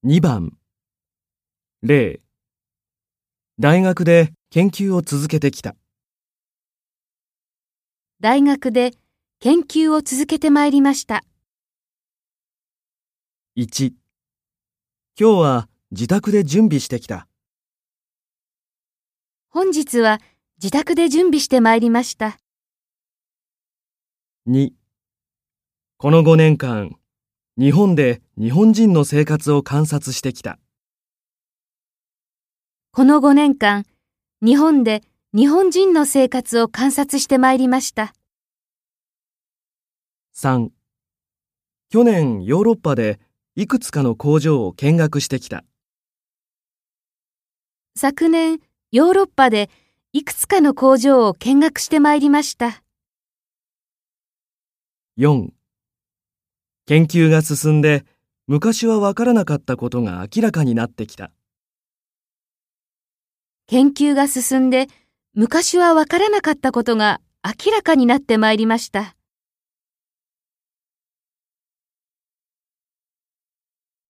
2番、例、大学で研究を続けてきた。 大学で研究を続けてまいりました。 1、今日は自宅で準備してきた。 本日は自宅で準備してまいりました。 2、この5年間、日本で日本人の生活を観察してきた。 この5年間、日本で日本人の生活を観察してまいりました。 3、去年ヨーロッパでいくつかの工場を見学してきた。 昨年、ヨーロッパでいくつかの工場を見学してまいりました。 4、研究が進んで昔はわからなかったことが明らかになってきた。 研究が進んで昔はわからなかったことが明らかになってまいりました。